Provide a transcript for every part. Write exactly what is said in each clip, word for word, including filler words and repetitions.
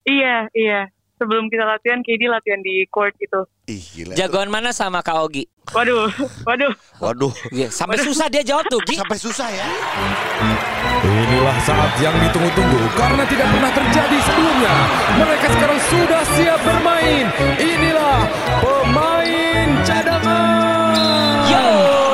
Iya, iya. Sebelum kita latihan, K D latihan di court itu. Ih, gila. Jagoan mana sama Kak Ogi? Waduh, waduh. Waduh. Ya, sampai susah dia jawab tuh, Gi. Sampai susah ya. Inilah saat yang ditunggu-tunggu karena tidak pernah terjadi sebelumnya. Mereka sekarang sudah siap bermain. Inilah pemain cadangan. Yo,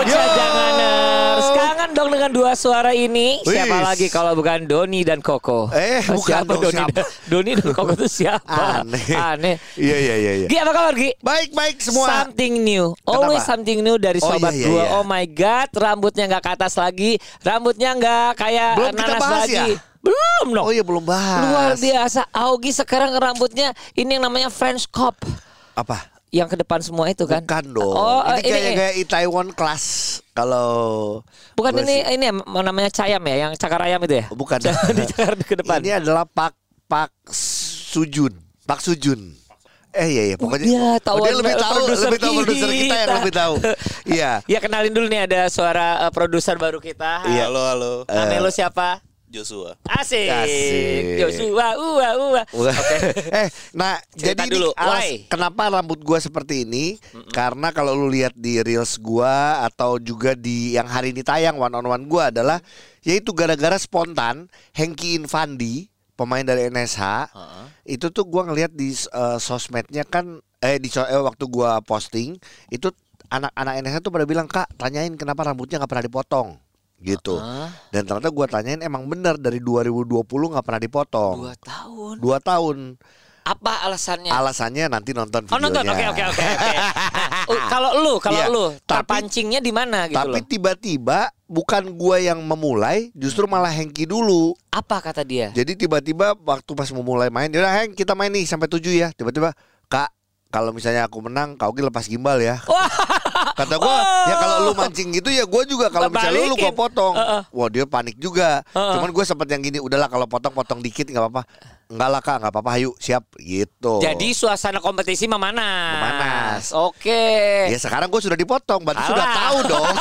cadanganers. Kangen dong dengan dua suara ini. Siapa Wis. lagi kalau bukan Doni dan Koko? Eh, bukan siapa dong, Doni? siapa? Dan, Doni dan Koko itu siapa? Aneh. Aneh. Iya, iya, iya, iya. Gi, apa kabar, Gi? Baik-baik semua. Something new, always Kenapa? something new dari Oh, sobat iya, iya, gua. iya. Oh my god, rambutnya nggak ke atas lagi, rambutnya nggak kayak Belum kita nanas bahas lagi. ya? Belum dong. Oh iya, belum bahas. Luar biasa. Augie sekarang rambutnya ini yang namanya French Cop. Apa? Yang ke depan semua itu kan? Bukan dong. Oh, ini eh, kayak ini. kayak Itaewon Class. Kalau Bukan gua ini sih- ini ya, namanya Cayam ya, yang cakar ayam itu ya? Bukan. Di cakar ke depan. Ini adalah Pak Pak Sujun. Pak Sujun. Eh iya iya pokoknya Iya, oh, tahu dia lebih tahu produser lebih tahu produser kita yang kita. lebih tahu. Iya. Ya kenalin dulu nih ada suara uh, produser baru kita. Iya. Halo, halo. Nama lu siapa? Joshua. Asik. Asik. Joshua, uwa, uwa. Oke. eh, nah Cerita jadi dulu, ini alas, why? kenapa rambut gua seperti ini? Mm-mm. Karena kalau lu lihat di reels gua atau juga di yang hari ini tayang one on one gua adalah yaitu gara-gara spontan Hengki Infandi, pemain dari N S H. Uh-huh. Itu tuh gua ngelihat di uh, sosmednya kan eh di so- eh, waktu gua posting itu anak-anak N S H tuh pada bilang, "Kak, tanyain kenapa rambutnya nggak pernah dipotong." Gitu. Uh-huh. Dan ternyata gua tanyain emang benar dari dua ribu dua puluh nggak pernah dipotong. Dua tahun. Dua tahun. Apa alasannya? Alasannya nanti nonton Oh videonya. nonton, oke oke oke. oke. Nah, uh, kalau lu, kalau Iya, lu, tapi- terpancingnya di mana gitu Tapi loh? tiba-tiba bukan gua yang memulai, justru malah Hengki dulu. Apa kata dia? Jadi tiba-tiba waktu pas mau mulai main, ya udah Heng kita main nih sampai tujuh ya. Tiba-tiba, Kak, kalau misalnya aku menang, kau lepas gimbal ya. Wah, Kata gua, ya kalau lu mancing gitu ya gua juga kalau misalnya lu, lu gua Balikin. potong. Uh-uh. Wah, dia panik juga. Uh-uh. Cuman gua sempat yang gini, udahlah kalau potong-potong dikit nggak apa-apa. Enggak lah Kak, nggak apa-apa, ayo siap gitu. jadi suasana kompetisi memanas. Memanas. Oke. Ya sekarang gue sudah dipotong, berarti Alah. sudah tahu dong.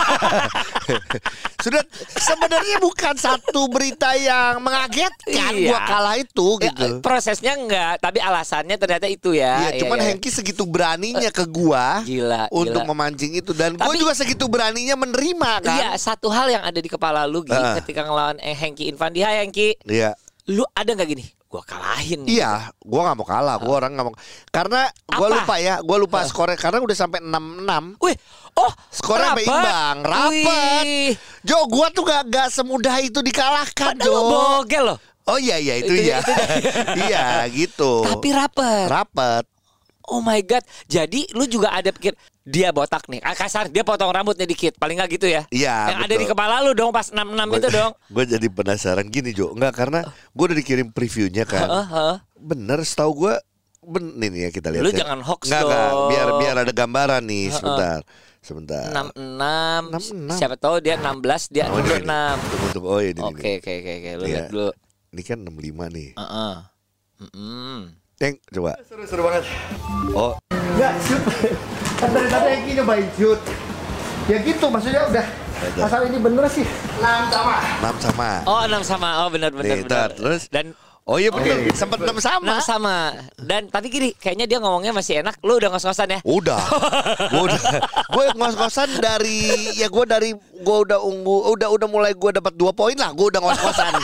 Sudah sebenarnya bukan satu berita yang mengagetkan Iya. gua kalah itu Ya, gitu. prosesnya enggak, tapi alasannya ternyata itu ya. Iya, cuman iya. Hengki segitu beraninya ke gua Gila, untuk gila. memancing itu dan gue Tapi- juga segitu beraninya menerima kan. Iya, satu hal yang ada di kepala lu Gi, Uh. ketika ngelawan eh, Hengki Infandi. Hai Hengki, Iya. lu ada nggak gini? Gua kalahin. nih. Iya, gua nggak mau kalah, gua orang nggak mau. Karena gua Apa? lupa ya, gua lupa skornya karena udah sampai enam enam. Wih, oh, Skornya sampai rapet. imbang, rapet. Wih. Jo, gua tuh gak, gak semudah itu dikalahkan, Padahal Jo. lu bogel loh. Oh iya iya itu, Itu- ya. itu Iya gitu. Tapi rapet. Rapet. Oh my god. Jadi lu juga ada pikir dia botak nih. Ah, kasar dia potong rambutnya dikit. Paling nggak gitu ya. Iya, Yang ada betul. di kepala lu dong pas enam enam itu dong. Gue jadi penasaran gini Jo. Enggak karena gue udah dikirim previewnya kan. Heeh, heeh. Bener setahu gue. Ben nih ya kita lihat. Lu ya. jangan hoax Nggak, nggak. dong. Biar biar ada gambaran nih sebentar. Sebentar. enam enam. enam enam. Siapa tahu dia enam belas, dia Oh, ini, enam. ini. Tunggu, tunggu. Oh ini. ini. Oke, oke, oke, oke. Lu Iya. lihat dulu. Ini kan enam puluh lima nih. Heeh. Mm-mm. Ceng, coba. Seru-seru banget. Oh, Enggak, shoot. Kan dari tadi Eki nyobain shoot. Ya gitu, maksudnya udah. Asal ini bener sih. enam sama. enam sama. Oh, enam sama. Oh, benar benar Nih, benar. ntar, terus? Dan Oh iya bener. Oke. Sempet enam sama. enam sama. Dan tapi gini, kayaknya dia ngomongnya masih enak. Lu udah ngos-ngosan ya? Udah, gue udah, gue ngos-ngosan dari, ya gue dari, gue udah unggul, udah udah mulai gue dapat dua poin lah, gue udah ngos-ngosan,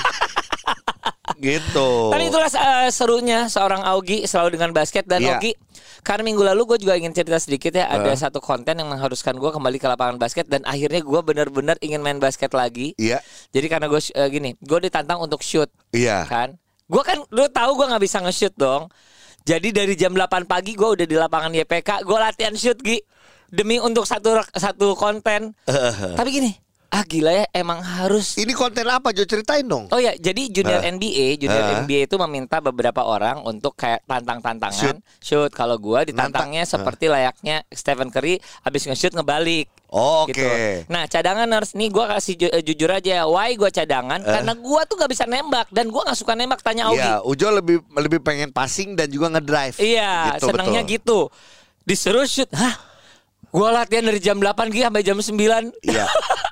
gitu. Tapi itulah uh, serunya seorang Augie selalu dengan basket. Dan Iya. Augie, karena minggu lalu gue juga ingin cerita sedikit ya. Ada Uh. satu konten yang mengharuskan gue kembali ke lapangan basket. Dan akhirnya gue benar-benar ingin main basket lagi. Iya, Jadi karena gue uh, gini, gue ditantang untuk shoot iya, kan. Gue kan, lu tahu gue nggak bisa nge-shoot dong. Jadi dari jam delapan pagi gue udah di lapangan Y P K. Gue latihan shoot Gi, demi untuk satu satu konten. Tapi gini, ah gila ya, emang harus. ini konten apa Jo, ceritain dong. Oh ya, jadi junior Uh. N B A, junior Uh. N B A itu meminta beberapa orang untuk kayak tantang-tantangan shoot. Kalau gua ditantangnya Nantang. seperti layaknya Stephen Curry habis nge-shoot ngebalik. Oh, oke. Gitu. Nah, cadanganers nih gua kasih ju- eh, jujur aja, why gua cadangan? Karena gua tuh gak bisa nembak dan gua gak suka nembak. Tanya Augie. Iya, Ujo lebih lebih pengen passing dan juga ngedrive. Iya, Gitu, senangnya betul. gitu. Disuruh shoot, hah? Gua latihan dari jam delapan Gi sampai jam sembilan. Iya.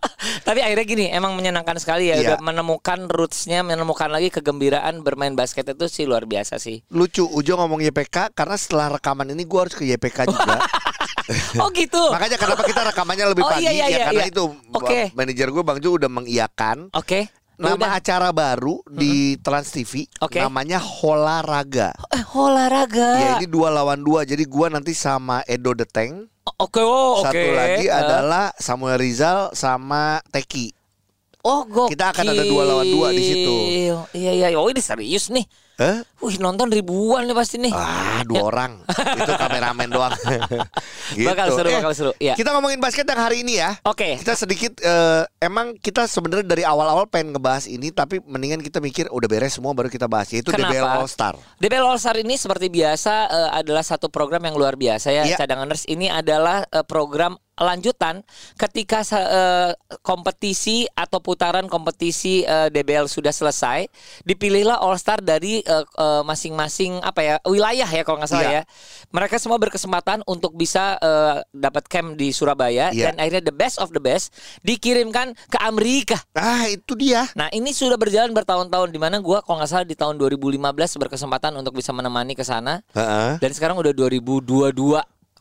Tapi akhirnya gini, emang menyenangkan sekali ya. Iya. Udah menemukan rootsnya, menemukan lagi kegembiraan bermain basket itu sih luar biasa sih. Lucu Ujo ngomong Y P K karena setelah rekaman ini gue harus ke Y P K juga. Oh gitu. Makanya kenapa kita rekamannya lebih Oh, pagi iya, iya, ya iya, karena iya. itu Oke. manajer gue Bang Jo udah mengiyakan. Oke. Nama Udah. acara baru di Trans T V Oke. namanya Holaraga. Eh, olahraga. Ya ini dua lawan dua. Jadi gua nanti sama Edo The Tank. Oke, oh, oke. Satu lagi Eh. adalah Samuel Rizal sama Teki. Oh, gokil. Kita akan ada dua lawan dua di situ. Iya, iya. Oh, ini serius nih. Hah? Wih, nonton ribuan nih pasti nih. Ah, dua orang. Itu kameramen doang. Gitu. Bakal seru, Eh, bakal seru. Iya. Kita ngomongin basket yang hari ini ya. Oke. Kita sedikit eh, emang kita sebenarnya dari awal-awal pengen ngebahas ini tapi mendingan kita mikir udah beres semua baru kita bahas yaitu D B L Kenapa? All Star. D B L All Star ini seperti biasa eh, adalah satu program yang luar biasa ya. Iya. Cadanganers ini adalah eh, program lanjutan ketika eh, kompetisi atau putaran kompetisi eh, D B L sudah selesai, dipilihlah All Star dari eh, eh, masing-masing apa ya wilayah ya kalau nggak salah Iya. ya. Mereka semua berkesempatan untuk bisa eh, dapat camp di Surabaya Iya. dan akhirnya the best of the best dikirimkan ke Amerika. Ah, itu dia. Nah ini sudah berjalan bertahun-tahun di mana gue kalau nggak salah di tahun dua ribu lima belas berkesempatan untuk bisa menemani ke sana Heeh. dan sekarang udah dua ribu dua puluh dua.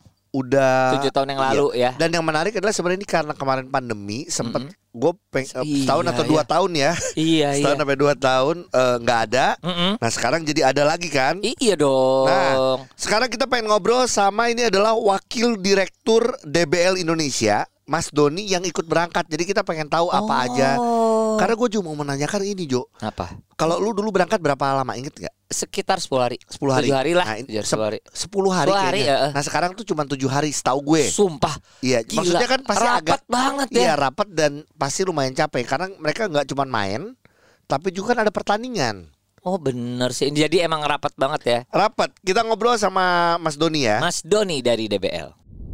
Udah Tujuh tahun yang lalu ya. Dan yang menarik adalah sebenarnya ini karena kemarin pandemi sempet gue peng- eh, Iya, setahun atau dua iya. tahun ya. Iya Setahun iya. sampai dua tahun eh, nggak ada. Mm-mm. Nah sekarang jadi ada lagi kan. I- iya dong. Nah sekarang kita pengen ngobrol sama ini adalah wakil direktur D B L Indonesia Mas Doni yang ikut berangkat. Jadi kita pengen tahu apa Oh. aja. Karena gue juga mau menanyakan ini Jo. Apa? Kalau lu dulu berangkat berapa lama inget nggak? Sekitar sepuluh hari. Sepuluh hari. Tujuh hari lah. Nah, ini Tujuh hari, sep- sepuluh hari. sepuluh hari Sepuluh hari, kayaknya. ya. Nah sekarang tuh cuma tujuh hari setahu gue. Sumpah. Iya, Gila. maksudnya kan pasti Rapat agak banget ya. Iya, rapat dan pasti lumayan capek karena mereka nggak cuma main, tapi juga kan ada pertandingan. Oh bener sih. Jadi emang rapat banget ya. Rapat. Kita ngobrol sama Mas Doni ya. Mas Doni dari D B L.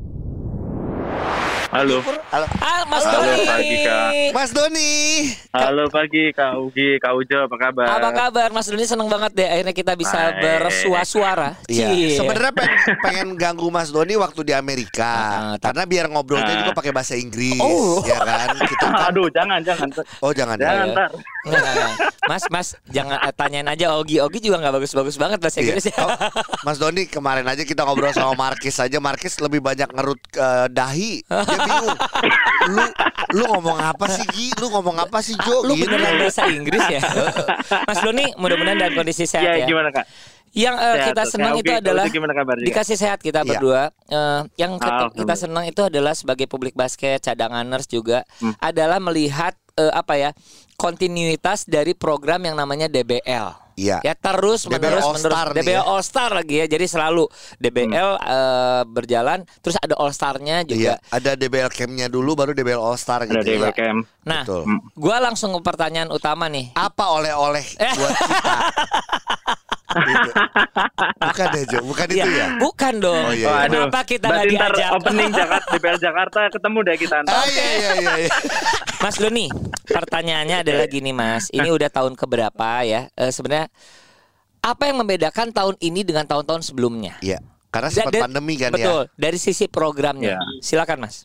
Halo. Halo, Ah Mas Halo, Doni. pagi, Kak. Mas Doni. Halo pagi Kak Ugi, Kak Ujo, apa kabar? Apa kabar Mas Doni? Seneng banget deh akhirnya kita bisa Baik. bersua-suara. Iya. Cie. Sebenarnya pengen, pengen ganggu Mas Doni waktu di Amerika. Ah, tak- karena biar ngobrolnya Ah. juga pakai bahasa Inggris, Oh. ya kan? Kita kan- Aduh, jangan, jangan. Oh, jangan. Jangan, ya. ntar. Nggak, nggak, nggak. Mas, Mas, jangan eh, tanyain aja Ogi. Ogi juga nggak bagus-bagus banget bahasa Iya. Inggris ya. Oh, Mas Doni kemarin aja kita ngobrol sama Markis aja. Markis lebih banyak ngerut ke dahi. Dia bingung. Lu lu ngomong apa sih Gi? Lu ngomong apa sih Jo? Lu Gitu. beneran bahasa Inggris ya? Mas Doni, mudah-mudahan dalam kondisi sehat Iya, ya. gimana Kak? Yang eh, Sehat, kita Kak. senang Kak itu Ugi, adalah Kak Ugi gimana kabarnya? dikasih sehat kita Iya. berdua. Eh, yang kita, kita Alhamdulillah. senang itu adalah sebagai publik basket, cadanganers juga Hmm. adalah melihat eh, apa ya kontinuitas dari program yang namanya D B L. Iya. Ya terus D B L menerus All menerus Star D B L nih ya. All Star lagi ya. Jadi selalu D B L Hmm. eh, berjalan, terus ada All Star-nya Iya, juga. ada D B L Camp-nya dulu baru D B L All Star gitu. Ada di ya. Camp. Nah, Betul. Hmm. gua langsung ke pertanyaan utama nih. Apa oleh-oleh buat kita? Gitu. Bukan ya Jo, bukan itu ya. Bukan dong. Oh, iya, Oh, iya. aduh. Kenapa kita nggak Berarti ntar diajak? opening Jakarta, D B L Jakarta ketemu deh kita ntar. Ah, iya iya iya. iya. Mas Doni, pertanyaannya adalah gini Mas. Ini udah tahun keberapa ya? Eh, sebenarnya apa yang membedakan tahun ini dengan tahun-tahun sebelumnya? Iya, karena Da- sempat da- pandemi kan Betul. ya. Dari sisi programnya. Ya. Silakan Mas.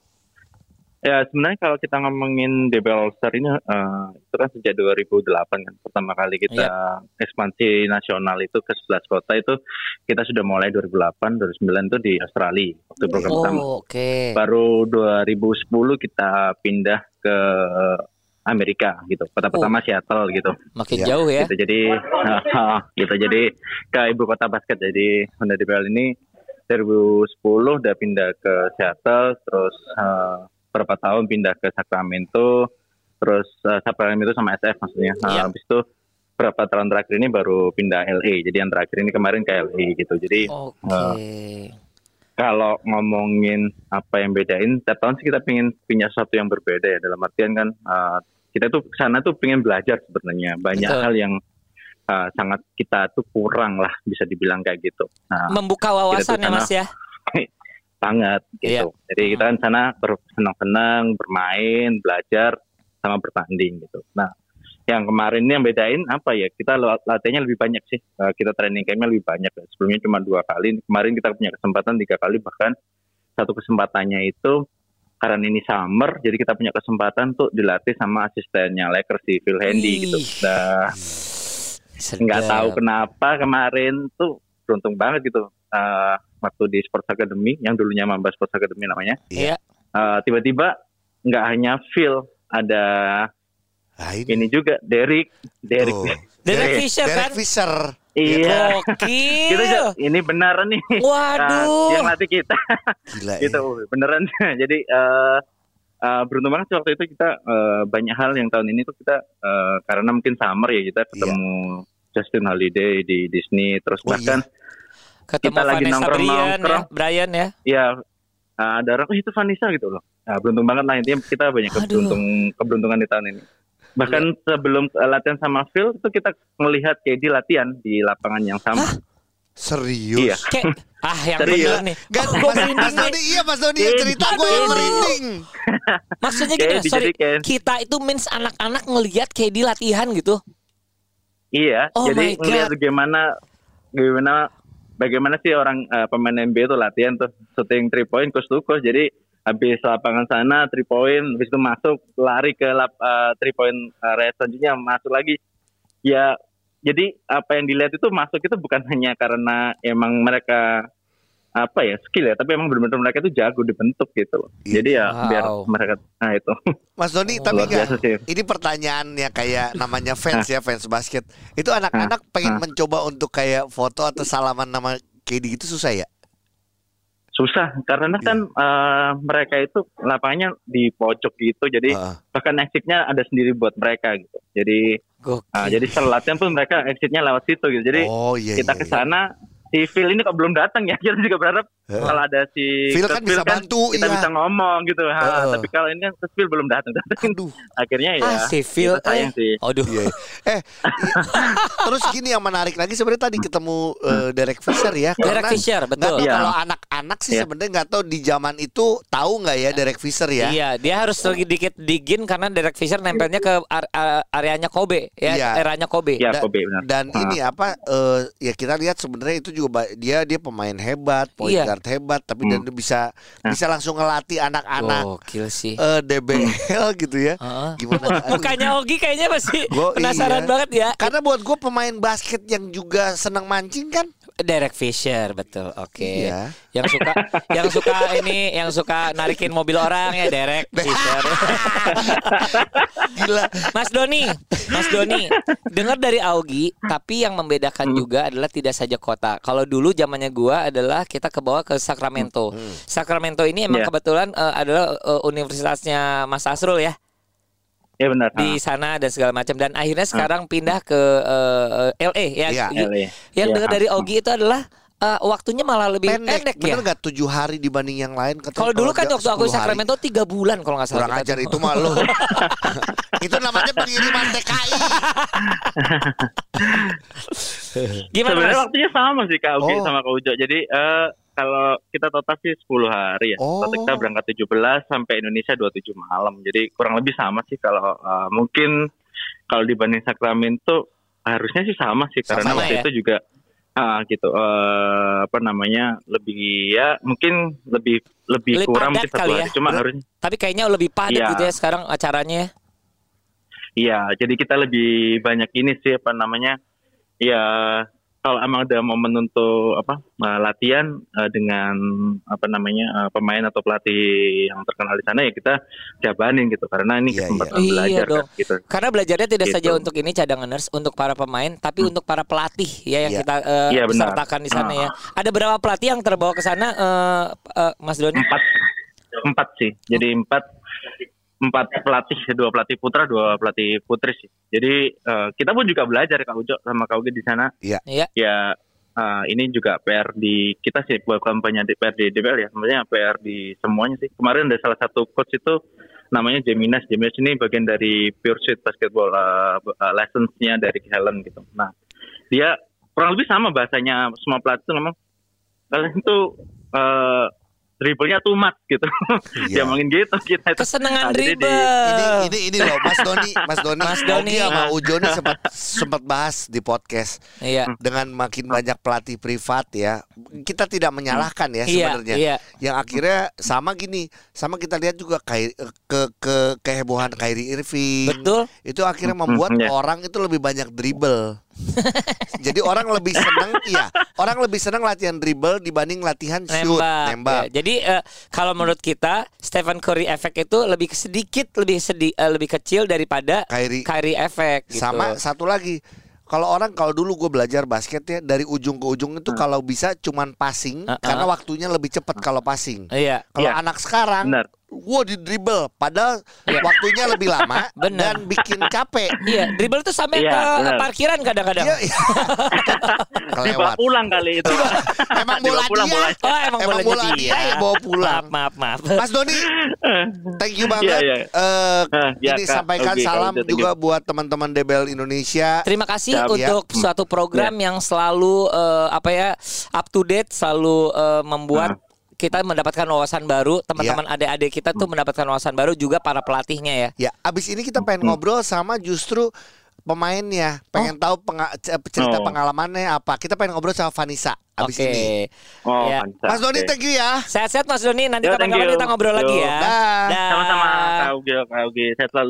Ya sebenarnya kalau kita ngomongin D B L All Star ini eh, itu kan sejak dua ribu delapan kan pertama kali kita ekspansi nasional itu ke sebelas kota itu kita sudah mulai dua ribu delapan, dua ribu sembilan itu di Australia waktu program pertama. Oh, oke. Baru dua ribu sepuluh kita pindah ke Amerika gitu. Kota pertama Seattle gitu. Makin Iya. jauh ya. Gitu jadi gitu jadi ke ibu kota basket. Jadi Honda D B L ini dua ribu sepuluh udah pindah ke Seattle, terus eh, berapa tahun pindah ke Sacramento, terus uh, Sacramento sama S F maksudnya. Nah, Iya. habis itu berapa tahun terakhir ini baru pindah L A. Jadi yang terakhir ini kemarin ke L A gitu. Jadi Oke. kalau ngomongin apa yang bedain, tiap tahun sih kita pengen punya sesuatu yang berbeda ya. Dalam artian kan uh, kita tuh sana tuh pengen belajar sebenarnya. Banyak Betul. hal yang uh, sangat kita tuh kurang lah bisa dibilang kayak gitu. Nah, Membuka wawasan ya sana- Mas ya. banget gitu. Iya. Jadi kita kan sana bersenang-senang, bermain, belajar, sama bertanding gitu. Nah, yang kemarin ini yang bedain apa ya? Kita latihannya lebih banyak sih. Uh, kita training campnya lebih banyak. Sebelumnya cuma dua kali. Kemarin kita punya kesempatan tiga kali, bahkan satu kesempatannya itu karena ini summer, jadi kita punya kesempatan tuh dilatih sama asistennya Lakers si Phil Handy gitu. Nah, nggak tahu kenapa kemarin tuh beruntung banget gitu. Uh, waktu di Sports Academy yang dulunya Mamba Sports Academy namanya. Iya. Uh, tiba-tiba nggak hanya Phil, ada ah, ini. ini juga Derek, Derek, Oh. Derek Fisher kan? Derek Fisher. Iya. Gokil. Gitu, Jo. Ini beneran nih. Waduh. Uh, yang latih kita. Gila Gitu, ya. beneran. Jadi uh, uh, beruntung banget sih waktu itu kita uh, banyak hal yang tahun ini tuh kita uh, karena mungkin summer ya kita ketemu Justin Holiday di Disney, terus Oh, bahkan Ketemu kita lagi Vanessa Brian ya, nongkrong-nongkrong. Brian ya. ya uh, ada orang, oh itu Vanessa gitu loh. Nah, beruntung banget lah intinya kita banyak Aduh. keberuntung keberuntungan di tahun ini. Bahkan sebelum uh, latihan sama Phil itu kita melihat K D latihan di lapangan yang sama. Hah? Serius. Iya. Kayak ah yang Serius. bener nih. Gak, Gue Mas, merinding Mas nih. Doni, iya Mas Doni yang cerita gue yang Aduh. merinding. Maksudnya gini, Kayak sorry, dijadikan- kita itu means anak-anak ngelihat K D latihan gitu. Iya, Oh jadi my God. ngelihat bagaimana bagaimana bagaimana sih orang uh, pemain N B A itu latihan tuh shooting three point coast to coast. Jadi habis lapangan sana three point, habis itu masuk lari ke lap, uh, three point area selanjutnya masuk lagi. Ya, jadi apa yang dilihat itu masuk itu bukan hanya karena emang mereka apa ya skill ya, tapi emang benar-benar mereka itu jago dibentuk gitu loh. Iya. Jadi ya Wow. biar mereka nah itu. Mas Doni, Oh, tapi luar biasa gak, sih. ini pertanyaannya kayak namanya fans ya, fans basket. Itu anak-anak pengen Hah? mencoba untuk kayak foto atau salaman nama K D itu susah ya? Susah karena kan uh, mereka itu lapangannya di pojok gitu, jadi Heeh. bahkan exit-nya ada sendiri buat mereka gitu. Jadi Gokil. uh, jadi setelah latihan pun mereka exit-nya lewat situ gitu. Jadi Oh iya kita iya, ke iya. sana si Phil ini kok belum datang ya, kita juga berharap Heeh. kalau ada si Phil Coach kan bisa bantu, kita iya. bisa ngomong gitu. Ha, Heeh. tapi kalau ini kan Coach Phil belum datang. Aduh. Akhirnya ya Ah si Phil kita sayang eh. sih. Aduh. Iya. Eh, terus gini yang menarik lagi sebenarnya tadi ketemu eh, Derek Fisher ya. Derek Karena Fisher, nggak betul. tahu Iya. kalau anak-anak sih Iya. sebenarnya nggak tahu di zaman itu tahu nggak ya Derek Fisher ya. Iya, dia harus lagi dikit digin karena Derek Fisher nempelnya ke ar- a- areanya Kobe ya, Iya. eranya Kobe. Ya, Da- Kobe benar. Dan Ah. ini apa eh, ya kita lihat sebenarnya itu juga ba- dia dia pemain hebat, point Iya. guard hebat, tapi Hmm. dan dia bisa bisa langsung ngelatih anak-anak Gokil sih. eh, D B L gitu ya. Heeh. Gimana? Aduh. Bukannya Ogi kayaknya masih Gua- penasaran iya. banget ya. Karena buat gue pemain basket yang juga senang mancing kan. Derek Fisher betul. Oke. Iya. Yang suka yang suka ini yang suka narikin mobil orang ya Derek Fisher. Gila. Mas Doni, Mas Doni, dengar dari Augie, tapi yang membedakan juga adalah tidak saja kota. Kalau dulu zamannya gua adalah kita ke bawah ke Sacramento. Sacramento ini emang Iya. kebetulan eh, adalah eh, universitasnya Mas Asrul ya Ya benar. di sana dan segala macam. Dan akhirnya sekarang pindah ke eh, L A ya. Iya. Gi- L A. Yang Iya. dengar dari Augie itu adalah eh, waktunya malah lebih Pendek, pendek, bener ya. gak tujuh hari dibanding yang lain? Katanya Kalau dulu kan dia waktu aku di sepuluh hari. Sacramento tiga bulan kalau nggak salah. Kurang kita ajar tuh. itu mah lo. Itu namanya pengiriman T K I. Gimana Sebenarnya Mas? waktunya sama sih Kak Ugi Oh. sama Kak Ujo. Jadi eh, kalau kita total sih sepuluh hari ya. Oh. Total kita berangkat tujuh belas sampai Indonesia dua puluh tujuh malam. Jadi kurang lebih sama sih kalau eh, mungkin kalau dibanding Sacramento harusnya sih sama sih karena Sama waktu ya? itu juga ah gitu eh, apa namanya lebih ya mungkin lebih lebih, Lebih kurang padat mungkin satu kali ya? hari. Cuma Bener. harusnya Tapi kayaknya lebih padat Iya. gitu ya sekarang acaranya. iya, jadi kita lebih banyak ini sih apa namanya ya kalau emang ada momen untuk apa uh, latihan uh, dengan apa namanya uh, pemain atau pelatih yang terkenal di sana ya kita jabanin gitu karena ini Iya, kesempatan iya. belajar Iya kan, dong. gitu. Karena belajarnya tidak Gitu. saja untuk ini cadanganers, untuk para pemain, tapi untuk para pelatih ya yang Iya. kita eh, Iya, benar. sertakan di sana Ah. ya. Ada berapa pelatih yang terbawa ke sana, eh, eh, Mas Doni? Empat empat sih, jadi empat empat pelatih, dua pelatih putra, dua pelatih putri sih. Jadi uh, kita pun juga belajar Kak Ujo sama Kak Ugi di sana. Iya. Ya uh, ini juga P R di kita sih bukan banyak di P R di D B L ya, sebenarnya P R di semuanya sih. Kemarin ada salah satu coach itu namanya Jeminas. Jeminas ini bagian dari Pursuit Basketball uh, uh, lessons-nya dari Helen gitu. Nah, dia kurang lebih sama bahasanya semua pelatih itu memang kalian itu uh, dribblenya too much gitu. Iya. Dia mungkin gitu kita itu. Kesenangan Nah, jadi dribble. di- Ini ini ini loh Mas Doni, Mas Doni, Mas Doni. Ogi sama Ujo nih sempat sempat bahas di podcast. Iya. Dengan makin banyak pelatih privat ya, kita tidak menyalahkan ya Iya, sebenarnya. iya. Yang akhirnya sama gini, sama kita lihat juga Kai- ke ke kehebohan Kyrie Irving. Betul. Itu akhirnya membuat Hmm, iya. orang itu lebih banyak dribble. Jadi orang lebih senang, iya, orang lebih senang latihan dribble dibanding latihan shoot, Nembak. nembak. Ya, jadi eh, kalau menurut kita Stephen Curry efek itu lebih sedikit lebih sedi, eh, lebih kecil daripada Kyrie. Kyrie efek gitu. Sama satu lagi, kalau orang kalau dulu gue belajar basket ya dari ujung ke ujung itu kalau bisa cuman passing Uh-uh. karena waktunya lebih cepat kalau passing. Iya. Kalau Iya. anak sekarang, Benar. wah di dribble, padahal Iya. waktunya lebih lama Benar. dan bikin capek. Iya, dribble tuh sampai Iya, ke benar. parkiran kadang-kadang. Iya, iya. Dibawa Kelewat. pulang kali itu. Emang bola Dibawa pulang dia. bola. Oh, emang, Emang bolanya bola dia yang bawa pulang. Maaf, maaf, maaf. Mas Doni, thank you banget. Iya, iya. Eh, Ah, ya, ini Kak. sampaikan Oke, salam kalau gitu, juga buat teman-teman D B L Indonesia. Terima kasih Siap, ya. untuk suatu program yang selalu eh, apa ya up to date, selalu eh, membuat kita mendapatkan wawasan baru, teman-teman adik-adik kita tuh mendapatkan wawasan baru juga para pelatihnya ya. Ya, abis ini kita pengen ngobrol sama justru pemainnya, pengen tahu penga- c- cerita Oh. pengalamannya apa. Kita pengen ngobrol sama Vanessa abis Oke. ini. Oh, Ya. mantap. Mas Doni, Oke. thank you ya. Sehat-sehat Mas Doni, nanti Yo, thank kapan-kapan you. kita ngobrol Yo. lagi ya. Dah. Dah. Sama-sama Kak Ugi, Kak Ugi. Sehat selalu.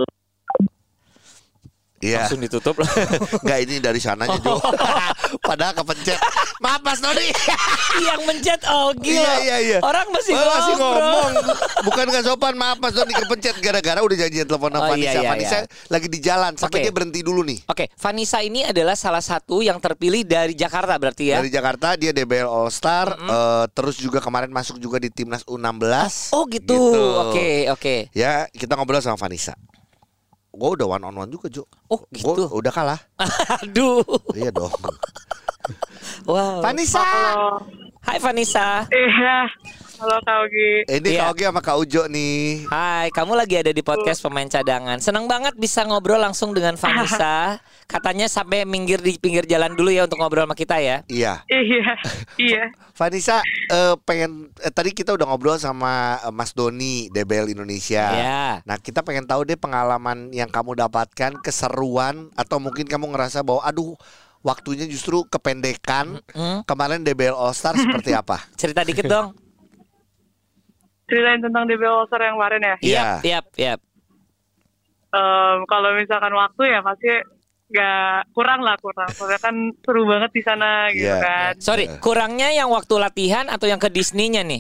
Iya. Langsung ditutup lah. Enggak, ini dari sananya Jo. Padahal kepencet. Maaf Mas Doni. Yang mencet Ogi Iya loh. iya iya. Orang masih Oh, ngobrol. masih ngomong. Bukan gak sopan, maaf Mas Doni kepencet gara-gara udah janjian telepon Oh, sama Vanessa. iya, iya, Vanessa iya. lagi di jalan sampai Oke. dia berhenti dulu nih. Oke, Vanessa ini adalah salah satu yang terpilih dari Jakarta berarti ya. Dari Jakarta, dia D B L All Star, eh, terus juga kemarin masuk juga di timnas U enam belas. Oh gitu. Oke, oke. Ya, kita ngobrol sama Vanessa. Gue udah one on one juga, Jo. Oh, gitu. Gue udah kalah. Aduh. Iya dong. Wow. Vanessa. Halo. Hai Vanessa. Iya. Halo Kak Ogi. Ini Iya. Kak Ogi sama Kak Ujo nih. Hai, kamu lagi ada di podcast Pemain Cadangan. Senang banget bisa ngobrol langsung dengan Vanessa. Katanya sampai minggir di pinggir jalan dulu ya untuk ngobrol sama kita ya. Iya. Iya. Iya. Vanessa, eh, pengen eh, tadi kita udah ngobrol sama eh, Mas Doni D B L Indonesia. Iya. Nah, kita pengen tahu deh pengalaman yang kamu dapatkan, keseruan atau mungkin kamu ngerasa bahwa aduh, waktunya justru kependekan. Hmm? Kemarin D B L All Star seperti apa? Cerita dikit dong. Ceritain tentang D B L All-Star yang kemarin ya. Iya. Yap, yap, yap. Em, kalau misalkan waktu ya pasti nggak kurang lah kurang. Soalnya kan seru banget di sana gitu Iya. kan. Sorry, kurangnya yang waktu latihan atau yang ke Disney-nya nih?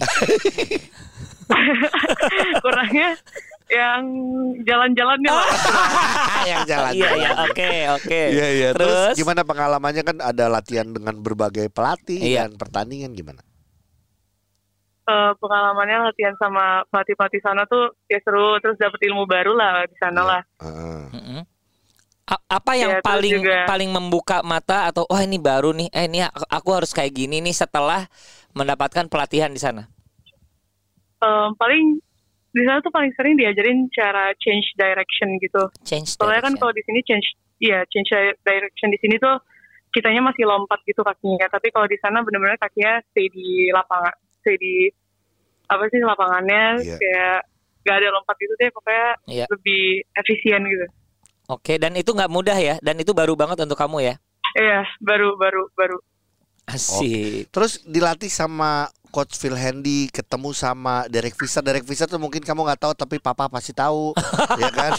Kurangnya yang jalan-jalannya lah. yang jalan. Iya, iya, oke, oke. Iya, iya. Terus, Terus, gimana pengalamannya, kan ada latihan dengan berbagai pelatih Iya. dan pertandingan gimana? Eh, pengalamannya latihan sama pelatih-pelatih sana tuh ya seru, terus dapet ilmu baru lah di sana lah. Heeh. Mm-mm. A- apa yang Ya, terus paling juga- paling membuka mata atau wah ini baru nih, eh ini aku, aku harus kayak gini nih setelah mendapatkan pelatihan di sana? Em, paling di sana tuh paling sering diajarin cara change direction gitu. Change Soalnya kan direction. kalau di sini change, iya change direction di sini tuh kitanya masih lompat gitu kakinya. Tapi kalau di sana benar-benar kakinya stay di lapangan, stay di apa sih lapangannya, Iya. kayak gak ada lompat gitu deh, pokoknya Iya. lebih efisien gitu. Oke, dan itu nggak mudah ya, dan itu baru banget untuk kamu ya. Iya, baru baru baru. Asik. Terus dilatih sama Coach Phil Handy, ketemu sama Derek Fisher. Derek Fisher tuh mungkin kamu nggak tahu, tapi Papa pasti tahu, ya kan?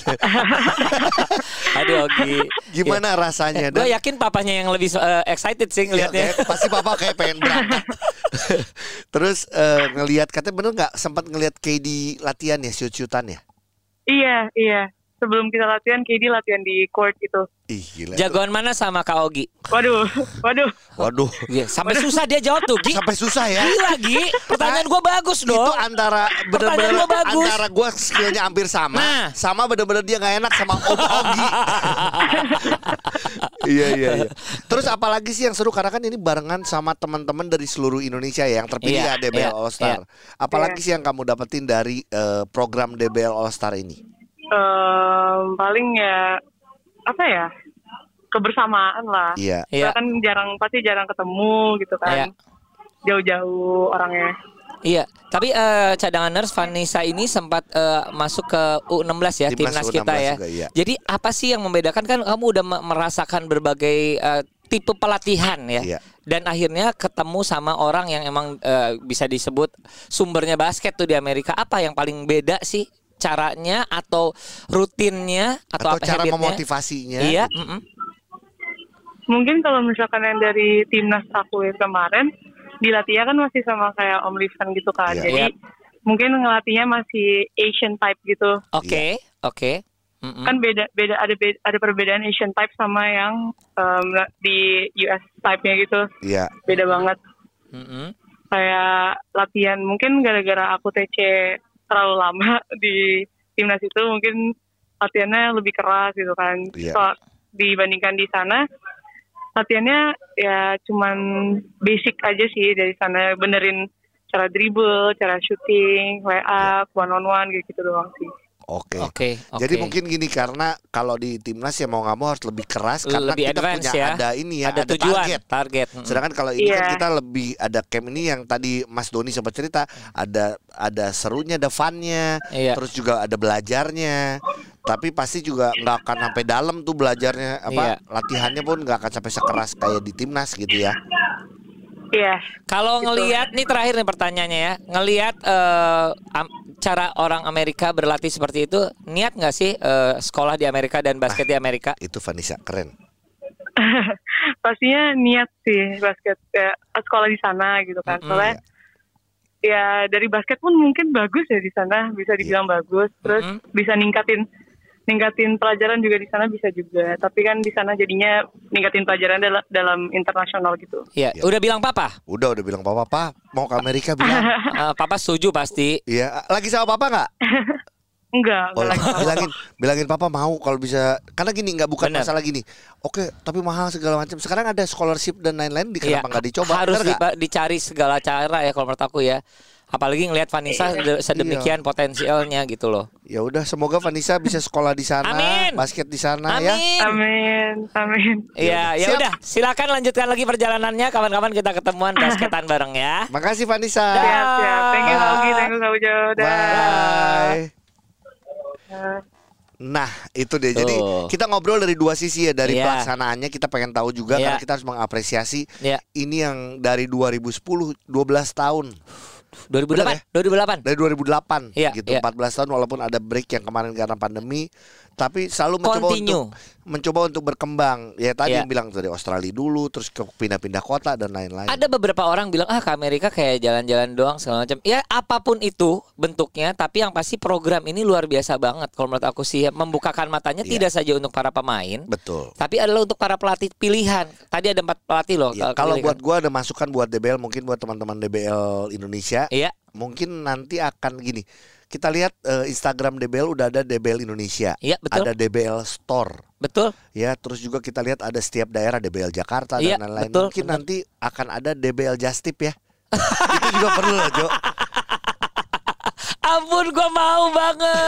Aduh, Ogi. Gimana rasanya? Gue yakin papanya yang lebih eh, excited sih Ya, ngelihatnya. kayak- pasti Papa kayak pengen berangkat. Terus eh, ngelihat, katanya bener nggak sempat ngelihat K D latihan ya, shoot-shootan ya? Iya, iya. Sebelum kita latihan, K D latihan di court gitu. Ih gila. Jagoan mana sama Kak Ogi? Waduh, waduh. Waduh, Iya, sampai susah dia jawab tuh, Gi. sampai susah ya. Gila, Gi. Pertanyaan gue bagus dong. Itu antara Pertanyaan bener-bener gua bagus. antara gue skillnya hampir sama, Nah. sama bener-bener dia nggak enak sama Om Ogi. Iya iya iya. Terus apalagi sih yang seru, karena kan ini barengan sama teman-teman dari seluruh Indonesia ya, yang terpilih Iya, ya D B L iya, All Star. Apalagi sih yang kamu dapetin dari eh, program D B L All Star ini? Em, paling ya apa ya, kebersamaan lah. Iya. Iya. Kita kan jarang, pasti jarang ketemu gitu kan. Iya. Jauh-jauh orangnya. Iya, tapi uh, cadanganers Vanessa ini sempat uh, masuk ke U enam belas ya, timnas, timnas kita ya. Juga, iya. Jadi apa sih yang membedakan, kan kamu udah merasakan berbagai uh, tipe pelatihan ya. Iya. Dan akhirnya ketemu sama orang yang emang uh, bisa disebut sumbernya basket tuh di Amerika. Apa yang paling beda sih? Caranya atau rutinnya atau, atau apa cara habitnya? Memotivasinya? Iya. Gitu. Mm-mm. Mungkin kalau misalkan yang dari timnas aku yang kemarin dilatihnya kan masih sama kayak Om Livan gitu kan. Yeah. Jadi yep. mungkin ngelatihnya masih Asian type gitu. Oke, okay, yeah. oke. Okay. Mm-hmm. Kan beda beda ada beda, ada perbedaan Asian type sama yang um, di U S type-nya gitu. Iya. Yeah. Beda banget. Mm-hmm. Kayak latihan mungkin gara-gara aku T C terlalu lama di timnas itu, mungkin latihannya lebih keras gitu kan. Yeah. So, dibandingkan di sana latihannya ya cuman basic aja sih dari sana, benerin cara dribble, cara shooting, lay up, one on one gitu doang sih. Oke. Okay. Okay, Jadi okay. mungkin gini, karena kalau di timnas ya mau nggak mau harus lebih keras karena lebih kita punya ya. ada ini ya, ada, ada tujuan, target. target. Sedangkan kalau ini yeah. kan kita lebih ada camp ini yang tadi Mas Doni sempat cerita, ada ada serunya, ada funnya, yeah. terus juga ada belajarnya. Tapi pasti juga nggak akan sampai dalam tuh belajarnya, apa iya. latihannya pun nggak akan sampai sekeras kayak di timnas gitu ya. Iya. Kalau gitu. Ngelihat nih, terakhir nih pertanyaannya ya, ngelihat uh, am, cara orang Amerika berlatih seperti itu, niat nggak sih uh, sekolah di Amerika dan basket nah, di Amerika? Itu Vanessa keren. Pastinya niat sih basket ya, sekolah di sana gitu kan. Mm-hmm. Soalnya ya dari basket pun mungkin bagus ya di sana, bisa dibilang yeah. bagus. Terus mm-hmm. bisa ningkatin ningkatin pelajaran juga di sana bisa juga. Tapi kan di sana jadinya ningkatin pelajaran dalam, dalam internasional gitu. Iya. Ya. Udah bilang papa? Udah, udah bilang papa. Papa mau ke Amerika bilang. uh, papa setuju pasti. Iya. Lagi sama papa nggak? Enggak. Oh, bilangin, bilangin papa mau kalau bisa. Karena gini, nggak bukan Bener. masalah gini. Oke, tapi mahal segala macam. Sekarang ada scholarship dan lain-lain. Di kenapa nggak ya, dicoba? Harus di, dicari segala cara ya kalau menurut aku ya. Apalagi ngelihat Vanessa sedemikian iya. potensialnya gitu loh. Ya udah, semoga Vanessa bisa sekolah di sana, Amin. basket di sana Amin. ya. Amin, amin. Iya, ya udah, silakan lanjutkan lagi perjalanannya. Kapan-kapan kita ketemuan basketan bareng ya. Makasih Vanessa. Siap, siap. Thank you Augie, thank you Kak Ujo. Bye. Nah itu deh. Jadi oh. kita ngobrol dari dua sisi ya. Dari yeah. pelaksanaannya kita pengen tahu juga yeah. karena kita harus mengapresiasi yeah. ini yang dari dua ribu sepuluh, dua belas tahun. dua ribu delapan, ya? dua ribu delapan Dari dua ribu delapan ya, gitu ya. empat belas tahun walaupun ada break yang kemarin karena pandemi, tapi selalu mencoba Continue. untuk mencoba untuk berkembang. Ya tadi ya. yang bilang dari Australia dulu, terus ke pindah-pindah kota dan lain-lain. Ada beberapa orang bilang ah ke Amerika kayak jalan-jalan doang segala macam. Ya apapun itu bentuknya, tapi yang pasti program ini luar biasa banget kalau menurut aku sih, membukakan matanya ya. tidak saja untuk para pemain. Betul. Tapi adalah untuk para pelatih pilihan. Tadi ada empat pelatih loh. Ya, kalau buat gua ada masukan buat D B L, mungkin buat teman-teman D B L Indonesia. Iya. Mungkin nanti akan gini. Kita lihat uh, Instagram D B L udah ada D B L Indonesia. Iya, betul. Ada D B L Store. Betul. Ya, terus juga kita lihat ada setiap daerah D B L Jakarta iya, dan lain-lain. Betul, Mungkin betul. nanti akan ada D B L Justip ya. Itu juga perlu loh, Jo. Ampun, gue mau banget.